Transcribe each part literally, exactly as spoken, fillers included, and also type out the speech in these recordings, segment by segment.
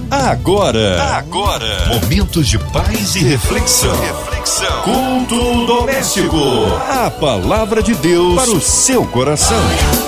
Agora, agora, momentos de paz e reflexão. reflexão. Culto doméstico. A palavra de Deus para o seu coração.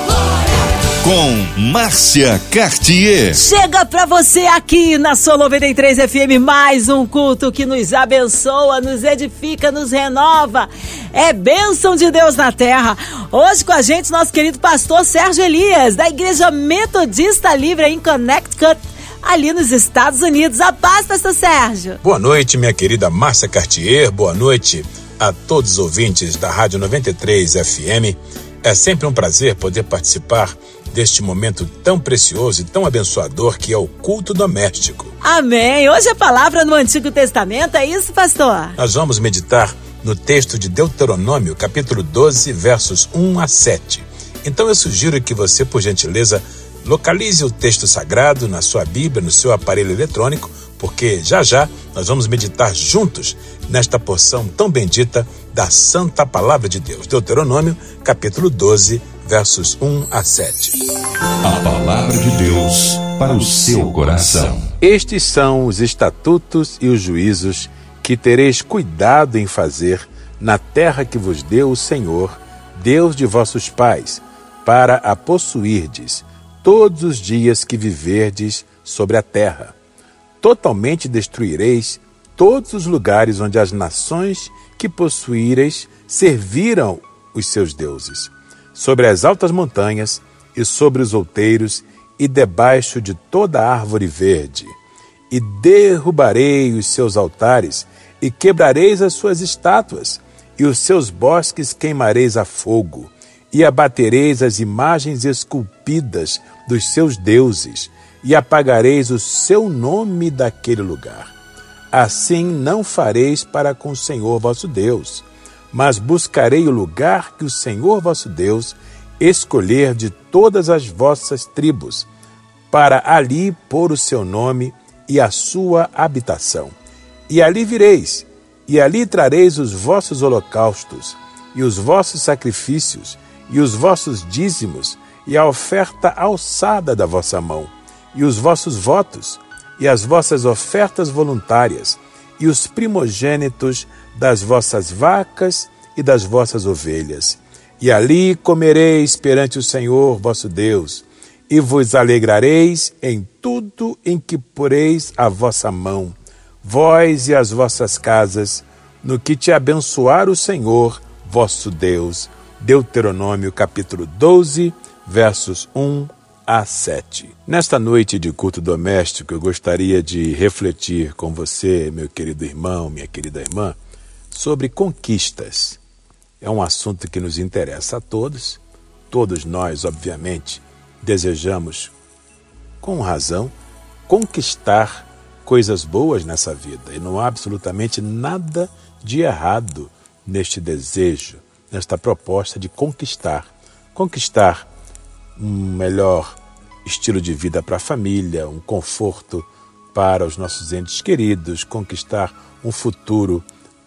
Com Márcia Cartier. Chega pra você aqui na Sua noventa e três F M mais um culto que nos abençoa, nos edifica, nos renova. É bênção de Deus na terra. Hoje com a gente nosso querido pastor Sérgio Elias, da Igreja Metodista Livre em Connecticut, ali nos Estados Unidos. A paz, pastor Sérgio. Boa noite, minha querida Márcia Cartier. Boa noite a todos os ouvintes da Rádio noventa e três F M. É sempre um prazer poder participar deste momento tão precioso e tão abençoador que é o culto doméstico. Amém. Hoje a palavra no Antigo Testamento, é isso, pastor? Nós vamos meditar no texto de Deuteronômio, capítulo doze, versos um a sete. Então eu sugiro que você, por gentileza, localize o texto sagrado na sua Bíblia, no seu aparelho eletrônico, porque já já nós vamos meditar juntos nesta porção tão bendita da Santa Palavra de Deus. Deuteronômio, capítulo doze, versos um a sete. A Palavra de Deus para o seu coração. Estes são os estatutos e os juízos que tereis cuidado em fazer na terra que vos deu o Senhor, Deus de vossos pais, para a possuirdes todos os dias que viverdes sobre a terra. Totalmente destruireis todos os lugares onde as nações que possuíreis serviram os seus deuses, sobre as altas montanhas e sobre os outeiros e debaixo de toda árvore verde. E derrubarei os seus altares e quebrareis as suas estátuas, e os seus bosques queimareis a fogo, e abatereis as imagens esculpidas dos seus deuses, e apagareis o seu nome daquele lugar. Assim não fareis para com o Senhor vosso Deus, mas buscarei o lugar que o Senhor vosso Deus escolher de todas as vossas tribos, para ali pôr o seu nome e a sua habitação. E ali vireis, e ali trareis os vossos holocaustos, e os vossos sacrifícios, e os vossos dízimos, e a oferta alçada da vossa mão, e os vossos votos, e as vossas ofertas voluntárias, e os primogênitos das vossas vacas e das vossas ovelhas. E ali comereis perante o Senhor vosso Deus, e vos alegrareis em tudo em que poreis a vossa mão, vós e as vossas casas, no que te abençoar o Senhor vosso Deus. Deuteronômio capítulo doze, versos um a sete. Nesta noite de culto doméstico, eu gostaria de refletir com você, meu querido irmão, minha querida irmã, sobre conquistas. É um assunto que nos interessa a todos. Todos nós, obviamente, desejamos, com razão, conquistar coisas boas nessa vida. E não há absolutamente nada de errado neste desejo, nesta proposta de conquistar. Conquistar um melhor estilo de vida para a família, um conforto para os nossos entes queridos, conquistar um futuro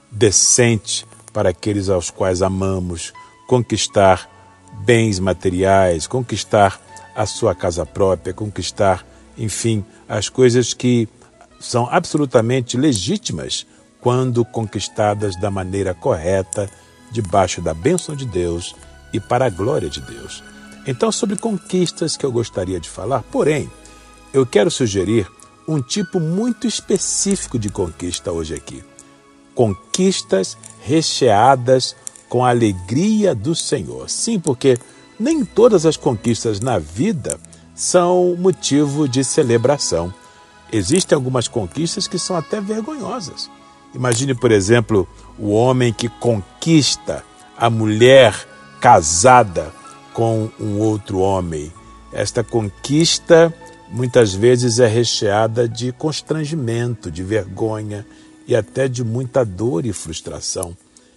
decente para aqueles aos quais amamos, conquistar bens materiais, conquistar a sua casa própria, conquistar, enfim, as coisas que são absolutamente legítimas quando conquistadas da maneira correta, debaixo da bênção de Deus e para a glória de Deus. Então, sobre conquistas que eu gostaria de falar, porém, eu quero sugerir um tipo muito específico de conquista hoje aqui. Conquistas recheadas com a alegria do Senhor. Sim, porque nem todas as conquistas na vida são motivo de celebração. Existem algumas conquistas que são até vergonhosas. Imagine, por exemplo, o homem que conquista a mulher casada com um outro homem. Esta conquista muitas vezes é recheada de constrangimento, de vergonha e até de muita dor e frustração.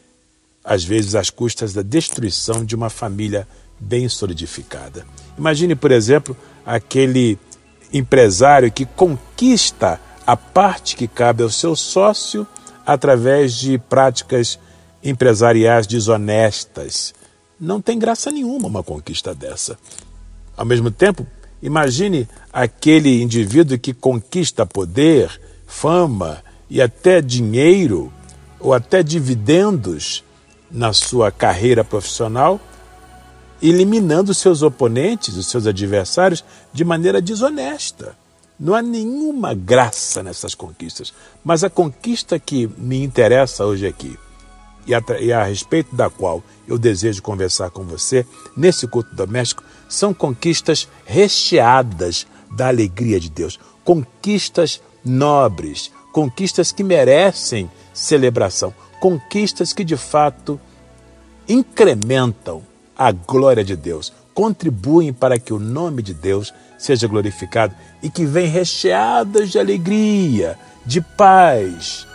Às vezes às custas da destruição de uma família bem solidificada. Imagine, por exemplo, aquele empresário que conquista a parte que cabe ao seu sócio através de práticas empresariais desonestas. Não tem graça nenhuma uma conquista dessa. Ao mesmo tempo, Imagine aquele indivíduo que conquista poder, fama e até dinheiro ou até dividendos na sua carreira profissional, eliminando seus oponentes, os seus adversários, de maneira desonesta. Não há nenhuma graça nessas conquistas. Mas a conquista que me interessa hoje aqui, e a, e a respeito da qual eu desejo conversar com você nesse culto doméstico, são conquistas recheadas da alegria de Deus. Conquistas nobres, conquistas que merecem celebração, conquistas que de fato incrementam a glória de Deus, contribuem para que o nome de Deus seja glorificado e que vêm recheadas de alegria, de paz,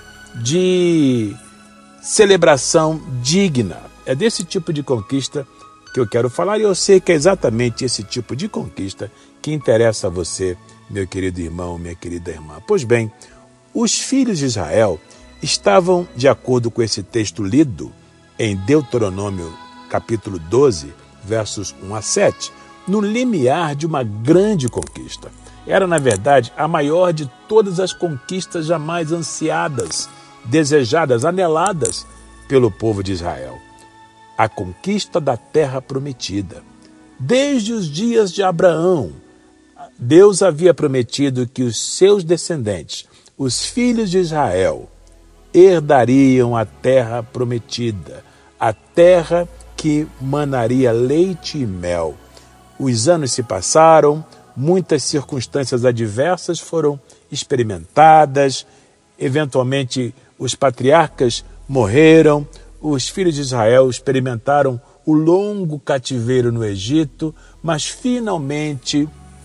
de celebração digna. É desse tipo de conquista que eu quero falar e eu sei que é exatamente esse tipo de conquista que interessa a você, meu querido irmão, minha querida irmã. Pois bem, os filhos de Israel estavam, de acordo com esse texto lido em Deuteronômio capítulo doze, versos um a sete, no limiar de uma grande conquista. Era, na verdade, a maior de todas as conquistas jamais ansiadas, desejadas, aneladas pelo povo de Israel. A conquista da terra prometida. Desde os dias de Abraão, Deus havia prometido que os seus descendentes, os filhos de Israel, herdariam a terra prometida, a terra que manaria leite e mel. Os anos se passaram, muitas circunstâncias adversas foram experimentadas, eventualmente os patriarcas morreram, os filhos de Israel experimentaram o longo cativeiro no Egito, mas finalmente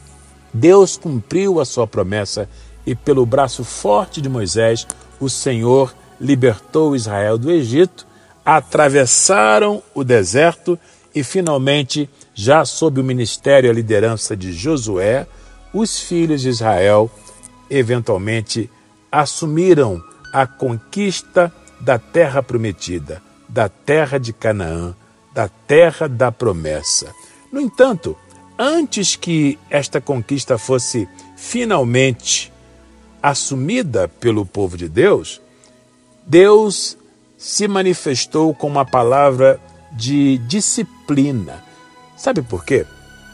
Deus cumpriu a sua promessa e pelo braço forte de Moisés, o Senhor libertou Israel do Egito, atravessaram o deserto e finalmente, já sob o ministério e a liderança de Josué, os filhos de Israel eventualmente assumiram a conquista da terra prometida, da terra de Canaã, da terra da promessa. No entanto, antes que esta conquista fosse finalmente assumida pelo povo de Deus, Deus se manifestou com uma palavra de disciplina. Sabe por quê?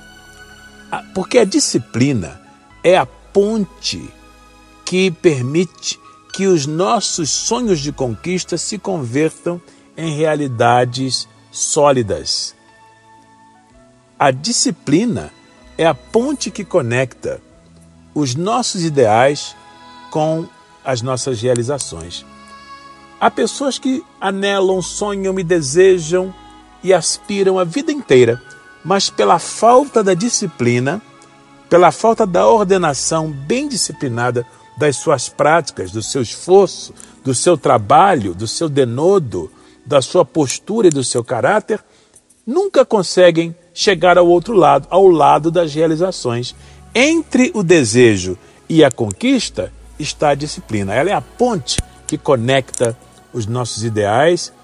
Porque a disciplina é a ponte que permite que os nossos sonhos de conquista se convertam em realidades sólidas. A disciplina é a ponte que conecta os nossos ideais com as nossas realizações. Há pessoas que anelam, sonham e desejam e aspiram a vida inteira, mas pela falta da disciplina, pela falta da ordenação bem disciplinada das suas práticas, do seu esforço, do seu trabalho, do seu denodo, da sua postura e do seu caráter, nunca conseguem chegar ao outro lado, ao lado das realizações. Entre o desejo e a conquista está a disciplina. Ela é a ponte que conecta os nossos ideais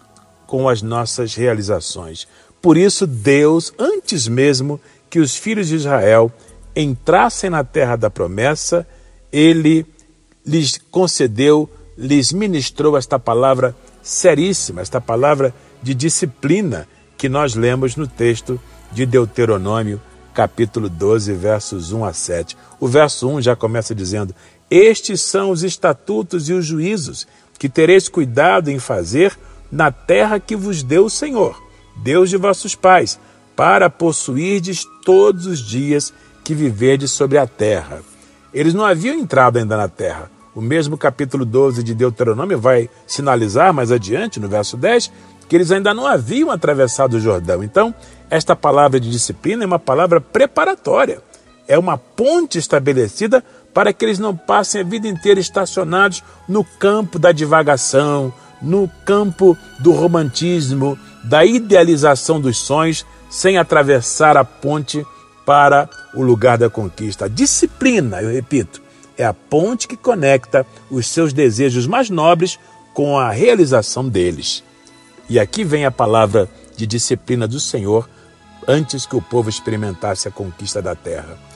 com as nossas realizações. Por isso, Deus, antes mesmo que os filhos de Israel entrassem na terra da promessa, Ele lhes concedeu, lhes ministrou esta palavra seríssima, esta palavra de disciplina que nós lemos no texto de Deuteronômio, capítulo doze, versos um a sete. O verso um já começa dizendo: estes são os estatutos e os juízos que tereis cuidado em fazer na terra que vos deu o Senhor, Deus de vossos pais, para possuirdes todos os dias que viverdes sobre a terra. Eles não haviam entrado ainda na terra. O mesmo capítulo doze de Deuteronômio vai sinalizar mais adiante, no verso dez, que eles ainda não haviam atravessado o Jordão. Então, esta palavra de disciplina é uma palavra preparatória. É uma ponte estabelecida para que eles não passem a vida inteira estacionados no campo da divagação, no campo do romantismo, da idealização dos sonhos, sem atravessar a ponte para o lugar da conquista. A disciplina, eu repito, é a ponte que conecta os seus desejos mais nobres com a realização deles. E aqui vem a palavra de disciplina do Senhor antes que o povo experimentasse a conquista da terra.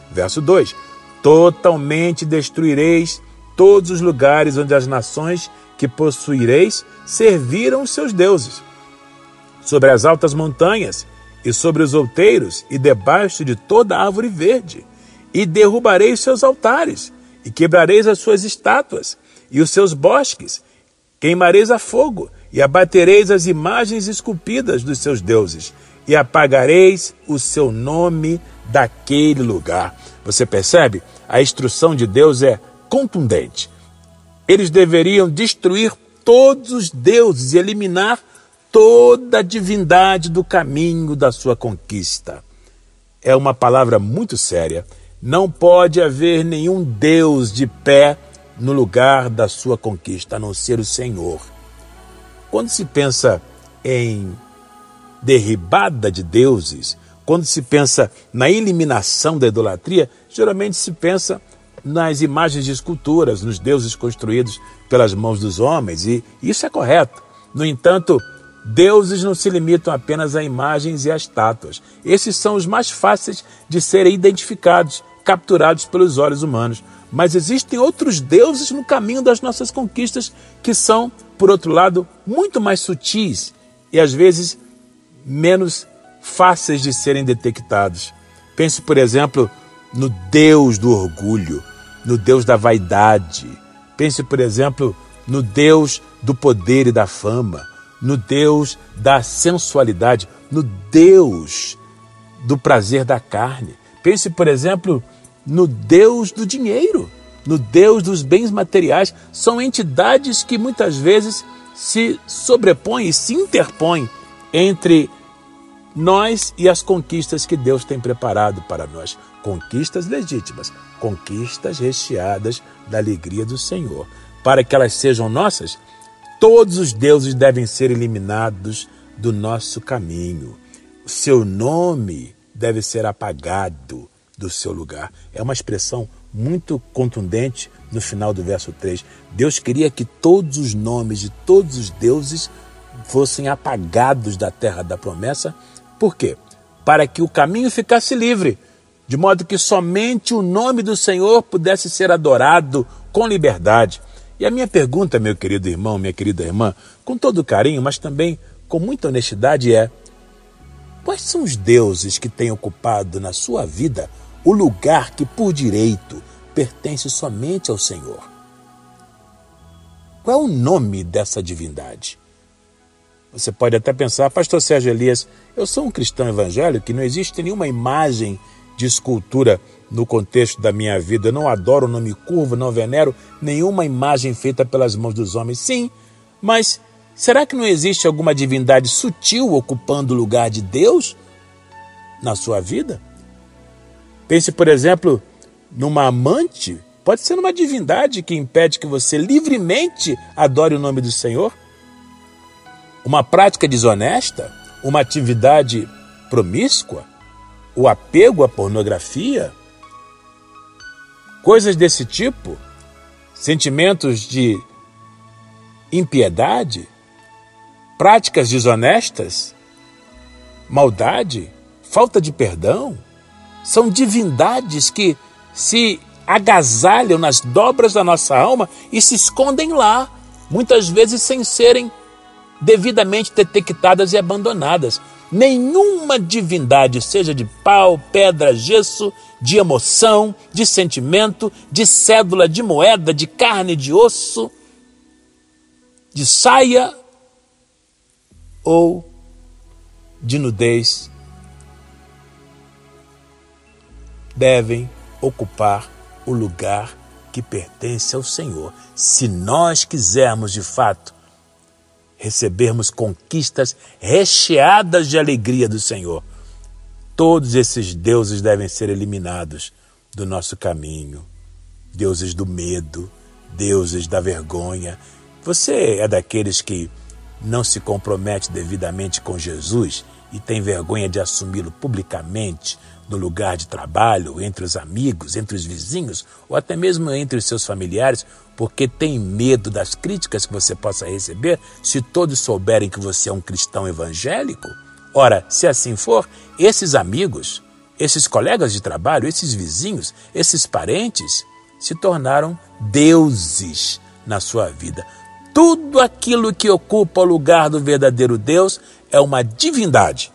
Verso dois. Totalmente destruireis todos os lugares onde as nações que possuireis serviram os seus deuses. Sobre as altas montanhas e sobre os outeiros e debaixo de toda árvore verde. E derrubareis seus altares e quebrareis as suas estátuas e os seus bosques. Queimareis a fogo e abatereis as imagens esculpidas dos seus deuses e apagareis o seu nome daquele lugar. Você percebe? A instrução de Deus é contundente. Eles deveriam destruir todos os deuses e eliminar toda a divindade do caminho da sua conquista. É uma palavra muito séria. Não pode haver nenhum Deus de pé no lugar da sua conquista, a não ser o Senhor. Quando se pensa em derribada de deuses, quando se pensa na eliminação da idolatria, geralmente se pensa nas imagens de esculturas, nos deuses construídos pelas mãos dos homens, e isso é correto. No entanto, deuses não se limitam apenas a imagens e a estátuas. Esses são os mais fáceis de serem identificados, capturados pelos olhos humanos. Mas existem outros deuses no caminho das nossas conquistas que são, por outro lado, muito mais sutis e às vezes menos fáceis de serem detectados. Pense, por exemplo, no Deus do orgulho, no Deus da vaidade. Pense, por exemplo, no Deus do poder e da fama, no Deus da sensualidade, no Deus do prazer da carne. Pense, por exemplo, no Deus do dinheiro, no Deus dos bens materiais. São entidades que muitas vezes se sobrepõem e se interpõem entre nós e as conquistas que Deus tem preparado para nós. Conquistas legítimas, conquistas recheadas da alegria do Senhor. Para que elas sejam nossas, todos os deuses devem ser eliminados do nosso caminho. O seu nome deve ser apagado do seu lugar. É uma expressão muito contundente no final do verso três. Deus queria que todos os nomes de todos os deuses fossem apagados da terra da promessa. Por quê? Para que o caminho ficasse livre, de modo que somente o nome do Senhor pudesse ser adorado com liberdade. E a minha pergunta, meu querido irmão, minha querida irmã, com todo carinho, mas também com muita honestidade é: quais são os deuses que têm ocupado na sua vida o lugar que por direito pertence somente ao Senhor? Qual é o nome dessa divindade? Você pode até pensar: pastor Sérgio Elias, eu sou um cristão evangélico e não existe nenhuma imagem de escultura no contexto da minha vida. Eu não adoro o nome curvo, não venero nenhuma imagem feita pelas mãos dos homens. Sim, mas será que não existe alguma divindade sutil ocupando o lugar de Deus na sua vida? Pense, por exemplo, numa amante. Pode ser uma divindade que impede que você livremente adore o nome do Senhor. Uma prática desonesta, uma atividade promíscua, o apego à pornografia, coisas desse tipo, sentimentos de impiedade, práticas desonestas, maldade, falta de perdão, são divindades que se agasalham nas dobras da nossa alma e se escondem lá, muitas vezes sem serem devidamente detectadas e abandonadas. Nenhuma divindade, seja de pau, pedra, gesso, de emoção, de sentimento, de cédula, de moeda, de carne, de osso, de saia ou de nudez, devem ocupar o lugar que pertence ao Senhor. Se nós quisermos de fato recebermos conquistas recheadas de alegria do Senhor, todos esses deuses devem ser eliminados do nosso caminho. Deuses do medo, deuses da vergonha. Você é daqueles que não se compromete devidamente com Jesus e tem vergonha de assumi-lo publicamente no lugar de trabalho, entre os amigos, entre os vizinhos ou até mesmo entre os seus familiares, porque tem medo das críticas que você possa receber se todos souberem que você é um cristão evangélico? Ora, se assim for, esses amigos esses colegas de trabalho, esses vizinhos, esses parentes se tornaram deuses na sua vida. Tudo aquilo que ocupa o lugar do verdadeiro Deus é uma divindade.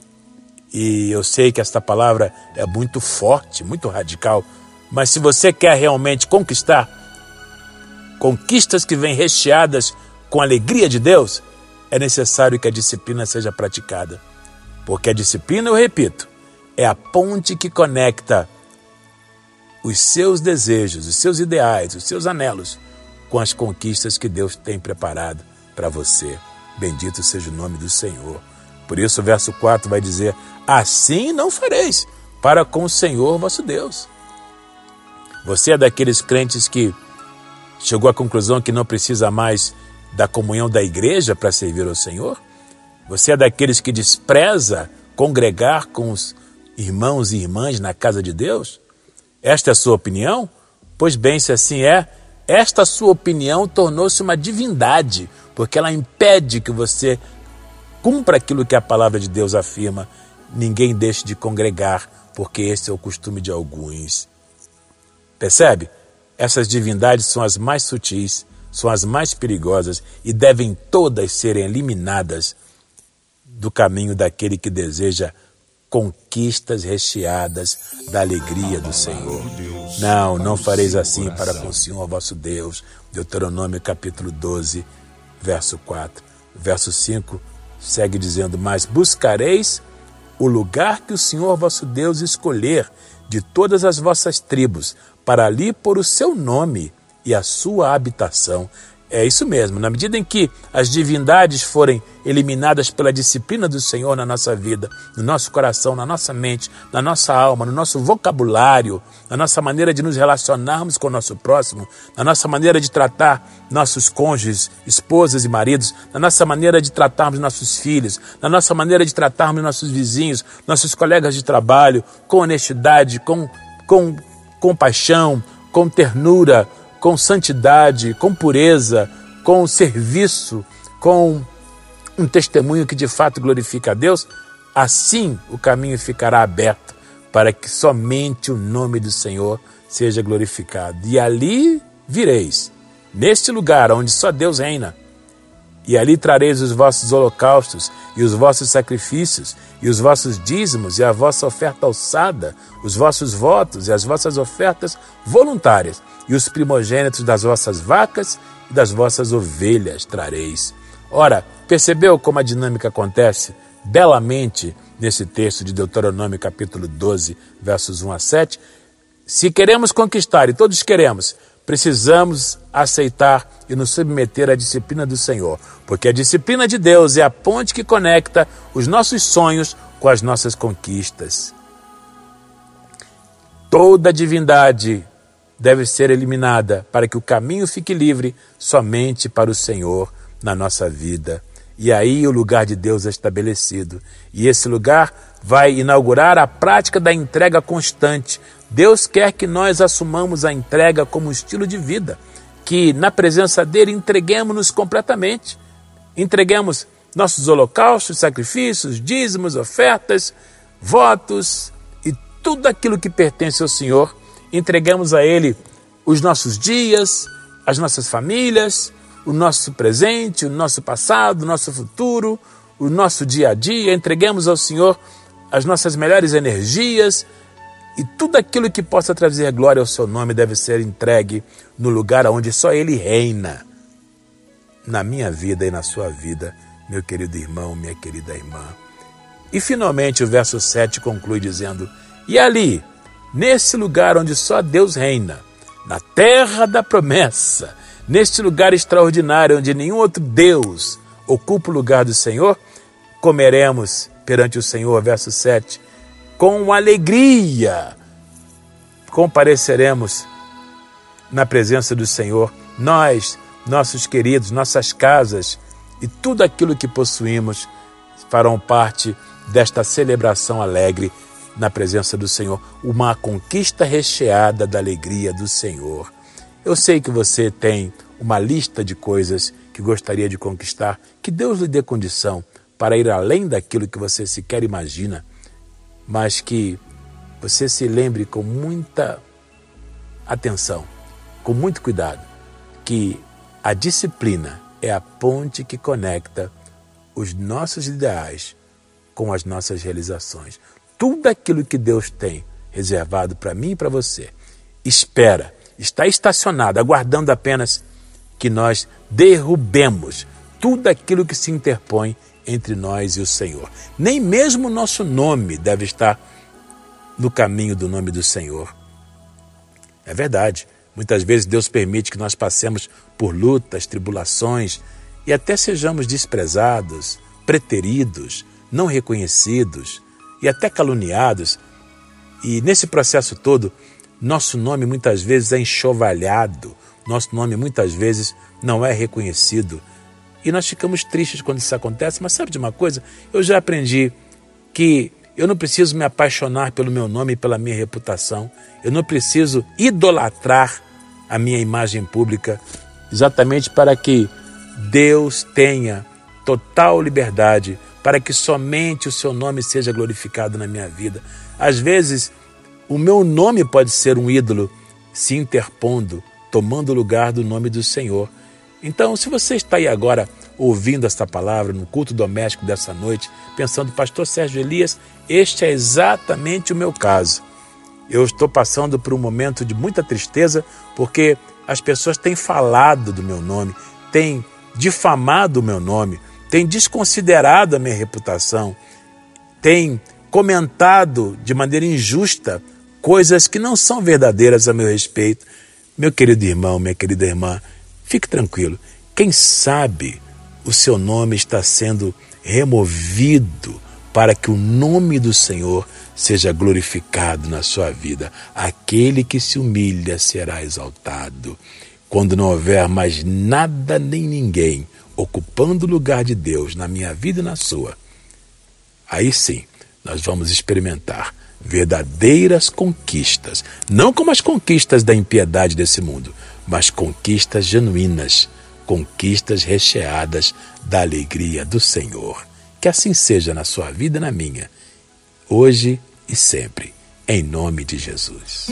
E eu sei que esta palavra é muito forte, muito radical, mas se você quer realmente conquistar conquistas que vêm recheadas com a alegria de Deus, é necessário que a disciplina seja praticada. Porque a disciplina, eu repito, é a ponte que conecta os seus desejos, os seus ideais, os seus anelos com as conquistas que Deus tem preparado para você. Bendito seja o nome do Senhor. Por isso o verso quatro vai dizer: assim não fareis para com o Senhor vosso Deus. Você é daqueles crentes que chegou à conclusão que não precisa mais da comunhão da igreja para servir ao Senhor? Você é daqueles que despreza congregar com os irmãos e irmãs na casa de Deus? Esta é a sua opinião? Pois bem, se assim é, esta sua opinião tornou-se uma divindade, porque ela impede que você cumpra aquilo que a palavra de Deus afirma. Ninguém deixe de congregar, porque esse é o costume de alguns. Percebe? Essas divindades são as mais sutis, são as mais perigosas e devem todas serem eliminadas do caminho daquele que deseja conquistas recheadas da alegria do Senhor. Não, não fareis assim para com o Senhor vosso Deus. Deuteronômio capítulo doze, verso quatro. Verso cinco segue dizendo: mas buscareis o lugar que o Senhor vosso Deus escolher de todas as vossas tribos, para ali pôr o seu nome e a sua habitação. É isso mesmo, na medida em que as divindades forem eliminadas pela disciplina do Senhor na nossa vida, no nosso coração, na nossa mente, na nossa alma, no nosso vocabulário, na nossa maneira de nos relacionarmos com o nosso próximo, na nossa maneira de tratar nossos cônjuges, esposas e maridos, na nossa maneira de tratarmos nossos filhos, na nossa maneira de tratarmos nossos vizinhos, nossos colegas de trabalho, com honestidade, com, com compaixão, com ternura, com santidade, com pureza, com serviço, com um testemunho que de fato glorifica a Deus, assim o caminho ficará aberto para que somente o nome do Senhor seja glorificado. E ali vireis, neste lugar onde só Deus reina, e ali trareis os vossos holocaustos e os vossos sacrifícios e os vossos dízimos e a vossa oferta alçada, os vossos votos e as vossas ofertas voluntárias e os primogênitos das vossas vacas e das vossas ovelhas trareis. Ora, percebeu como a dinâmica acontece belamente nesse texto de Deuteronômio capítulo doze, versos um a sete? Se queremos conquistar, e todos queremos, precisamos aceitar e nos submeter à disciplina do Senhor, porque a disciplina de Deus é a ponte que conecta os nossos sonhos com as nossas conquistas. Toda divindade deve ser eliminada para que o caminho fique livre somente para o Senhor na nossa vida. E aí o lugar de Deus é estabelecido. E esse lugar vai inaugurar a prática da entrega constante. Deus quer que nós assumamos a entrega como estilo de vida, que na presença dele entreguemos-nos completamente. Entreguemos nossos holocaustos, sacrifícios, dízimos, ofertas, votos e tudo aquilo que pertence ao Senhor. Entreguemos a ele os nossos dias, as nossas famílias, o nosso presente, o nosso passado, o nosso futuro, o nosso dia a dia. Entreguemos ao Senhor as nossas melhores energias e tudo aquilo que possa trazer glória ao seu nome deve ser entregue no lugar onde só ele reina, na minha vida e na sua vida, meu querido irmão, minha querida irmã. E finalmente o verso sete conclui dizendo: e ali, nesse lugar onde só Deus reina, na terra da promessa, neste lugar extraordinário onde nenhum outro Deus ocupa o lugar do Senhor, comeremos perante o Senhor, verso sete, com alegria compareceremos na presença do Senhor, nós, nossos queridos, nossas casas e tudo aquilo que possuímos farão parte desta celebração alegre na presença do Senhor, uma conquista recheada da alegria do Senhor. Eu sei que você tem uma lista de coisas que gostaria de conquistar, que Deus lhe dê condição para ir além daquilo que você sequer imagina, mas que você se lembre com muita atenção, com muito cuidado, que a disciplina é a ponte que conecta os nossos ideais com as nossas realizações. Tudo aquilo que Deus tem reservado para mim e para você, espera, está estacionado, aguardando apenas que nós derrubemos tudo aquilo que se interpõe entre nós e o Senhor. Nem mesmo o nosso nome deve estar no caminho do nome do Senhor. É verdade, muitas vezes Deus permite que nós passemos por lutas, tribulações e até sejamos desprezados, preteridos, não reconhecidos e até caluniados. E nesse processo todo, nosso nome muitas vezes é enxovalhado, nosso nome muitas vezes não é reconhecido. E nós ficamos tristes quando isso acontece, mas sabe de uma coisa? Eu já aprendi que eu não preciso me apaixonar pelo meu nome e pela minha reputação. Eu não preciso idolatrar a minha imagem pública, exatamente para que Deus tenha total liberdade, para que somente o seu nome seja glorificado na minha vida. Às vezes, o meu nome pode ser um ídolo se interpondo, tomando o lugar do nome do Senhor. Então, se você está aí agora ouvindo esta palavra no culto doméstico dessa noite, pensando, pastor Sérgio Elias, este é exatamente o meu caso. Eu estou passando por um momento de muita tristeza porque as pessoas têm falado do meu nome, têm difamado o meu nome, têm desconsiderado a minha reputação, têm comentado de maneira injusta coisas que não são verdadeiras a meu respeito. Meu querido irmão, minha querida irmã, fique tranquilo. Quem sabe o seu nome está sendo removido para que o nome do Senhor seja glorificado na sua vida. Aquele que se humilha será exaltado. Quando não houver mais nada nem ninguém ocupando o lugar de Deus na minha vida e na sua, aí sim nós vamos experimentar verdadeiras conquistas, não como as conquistas da impiedade desse mundo, mas conquistas genuínas, conquistas recheadas da alegria do Senhor. Que assim seja na sua vida e na minha, hoje e sempre, em nome de Jesus.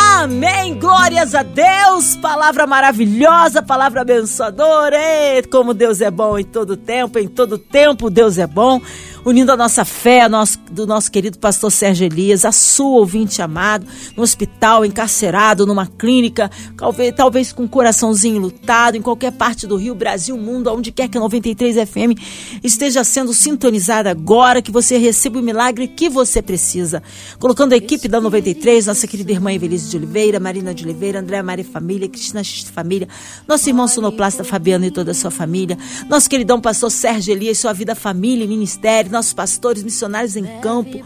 Amém, glórias a Deus, palavra maravilhosa, palavra abençoadora. E como Deus é bom em todo tempo, em todo tempo Deus é bom. Unindo a nossa fé, a nosso, do nosso querido pastor Sérgio Elias, a sua ouvinte amado, no hospital, encarcerado, numa clínica, talvez, talvez com um coraçãozinho lutado, em qualquer parte do Rio, Brasil, mundo, onde quer que a noventa e três F M esteja sendo sintonizada agora, que você receba o milagre que você precisa. Colocando a equipe da noventa e três, nossa querida irmã Evelise de Oliveira, Marina de Oliveira, Andréa Mari Família, Cristina X Família, nosso irmão sonoplasta Fabiano e toda a sua família, nosso queridão pastor Sérgio Elias, sua vida, família e ministério, nossos pastores missionários em campo.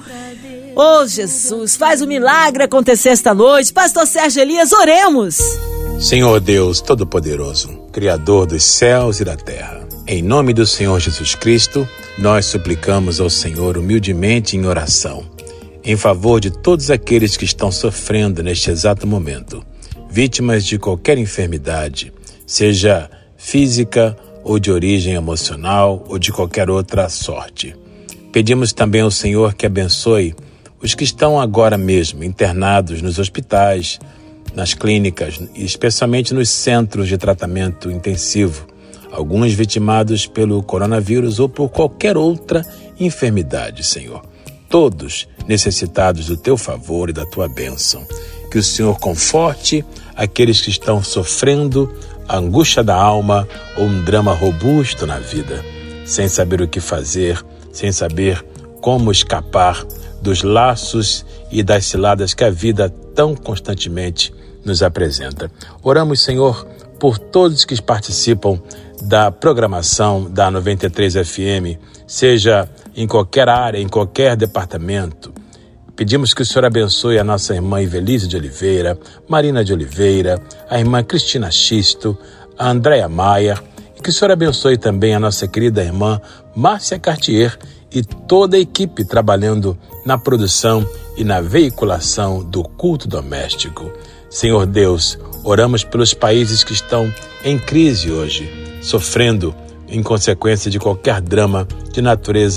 Oh, Jesus, faz o milagre acontecer esta noite. Pastor Sérgio Elias, oremos. Senhor Deus Todo-Poderoso, Criador dos céus e da terra, em nome do Senhor Jesus Cristo, nós suplicamos ao Senhor humildemente em oração, em favor de todos aqueles que estão sofrendo neste exato momento, vítimas de qualquer enfermidade, seja física ou de origem emocional ou de qualquer outra sorte. Pedimos também ao Senhor que abençoe os que estão agora mesmo internados nos hospitais, nas clínicas e especialmente nos centros de tratamento intensivo, alguns vitimados pelo coronavírus ou por qualquer outra enfermidade, Senhor. Todos necessitados do Teu favor e da Tua bênção. Que o Senhor conforte aqueles que estão sofrendo a angústia da alma ou um drama robusto na vida, sem saber o que fazer, sem saber como escapar dos laços e das ciladas que a vida tão constantemente nos apresenta. Oramos, Senhor, por todos que participam da programação da noventa e três F M, seja em qualquer área, em qualquer departamento. Pedimos que o Senhor abençoe a nossa irmã Evelise de Oliveira, Marina de Oliveira, a irmã Cristina Xisto, a Andréa Maia, e que o Senhor abençoe também a nossa querida irmã Márcia Cartier e toda a equipe trabalhando na produção e na veiculação do culto doméstico. Senhor Deus, oramos pelos países que estão em crise hoje, sofrendo em consequência de qualquer drama de natureza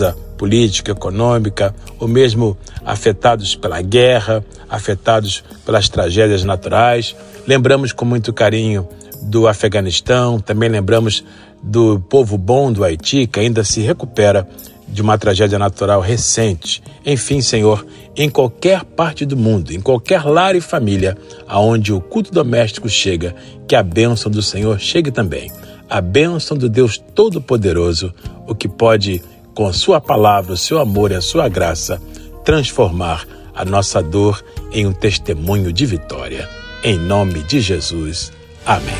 política, econômica, ou mesmo afetados pela guerra, afetados pelas tragédias naturais. Lembramos com muito carinho do Afeganistão, também lembramos do povo bom do Haiti, que ainda se recupera de uma tragédia natural recente. Enfim, Senhor, em qualquer parte do mundo, em qualquer lar e família, aonde o culto doméstico chega, que a bênção do Senhor chegue também. A bênção do Deus Todo-Poderoso, o que pode, com a sua palavra, o seu amor e a sua graça, transformar a nossa dor em um testemunho de vitória. Em nome de Jesus. Amém.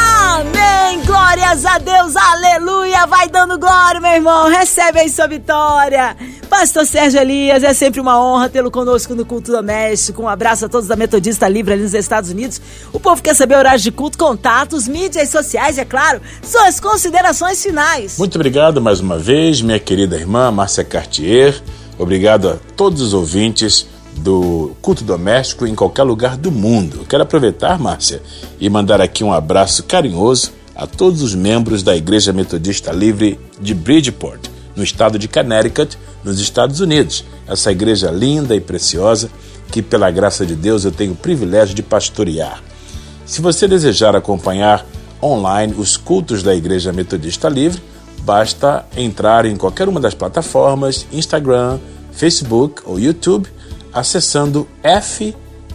Amém, glórias a Deus, aleluia, vai dando glória, meu irmão, recebe aí sua vitória. Pastor Sérgio Elias, é sempre uma honra tê-lo conosco no Culto Doméstico. Um abraço a todos da Metodista Livre ali nos Estados Unidos. O povo quer saber horários de culto, contatos, mídias sociais, é claro, suas considerações finais. Muito obrigado mais uma vez, minha querida irmã Márcia Cartier. Obrigado a todos os ouvintes do Culto Doméstico em qualquer lugar do mundo. Quero aproveitar, Márcia, e mandar aqui um abraço carinhoso a todos os membros da Igreja Metodista Livre de Bridgeport, no estado de Connecticut, nos Estados Unidos. Essa igreja linda e preciosa que, pela graça de Deus, eu tenho o privilégio de pastorear. Se você desejar acompanhar online os cultos da Igreja Metodista Livre, basta entrar em qualquer uma das plataformas, Instagram, Facebook ou YouTube, acessando F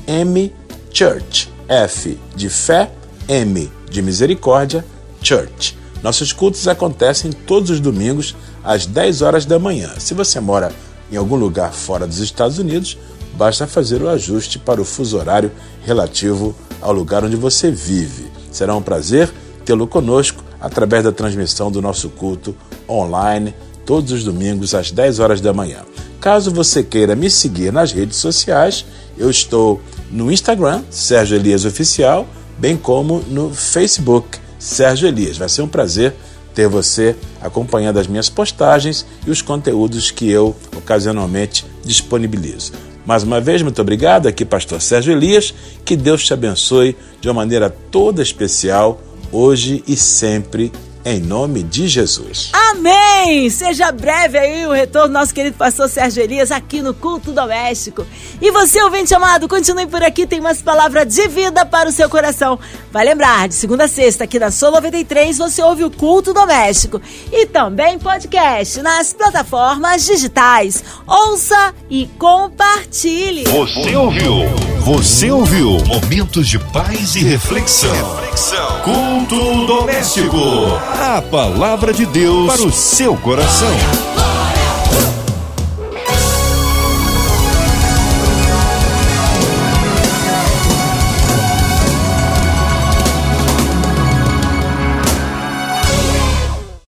M Church, F de fé, M de misericórdia, Church. Nossos cultos acontecem todos os domingos às dez horas da manhã. Se você mora em algum lugar fora dos Estados Unidos, basta fazer o ajuste para o fuso horário relativo ao lugar onde você vive. Será um prazer tê-lo conosco através da transmissão do nosso culto online todos os domingos às dez horas da manhã. Caso você queira me seguir nas redes sociais, eu estou no Instagram, Sérgio Elias Oficial, bem como no Facebook, Sérgio Elias. Vai ser um prazer ter você acompanhando as minhas postagens e os conteúdos que eu ocasionalmente disponibilizo. Mais uma vez, muito obrigado. Aqui, pastor Sérgio Elias. Que Deus te abençoe de uma maneira toda especial, hoje e sempre, em nome de Jesus. Amém! Seja breve aí o retorno do nosso querido pastor Sérgio Elias aqui no Culto Doméstico. E você, ouvinte amado, continue por aqui, tem umas palavras de vida para o seu coração. Vai lembrar, de segunda a sexta, aqui na Sol noventa e três, você ouve o Culto Doméstico. E também podcast nas plataformas digitais. Ouça e compartilhe. Você ouviu? Você ouviu? Momentos de paz e reflexão. Reflexão. Culto Doméstico. A palavra de Deus para o seu coração.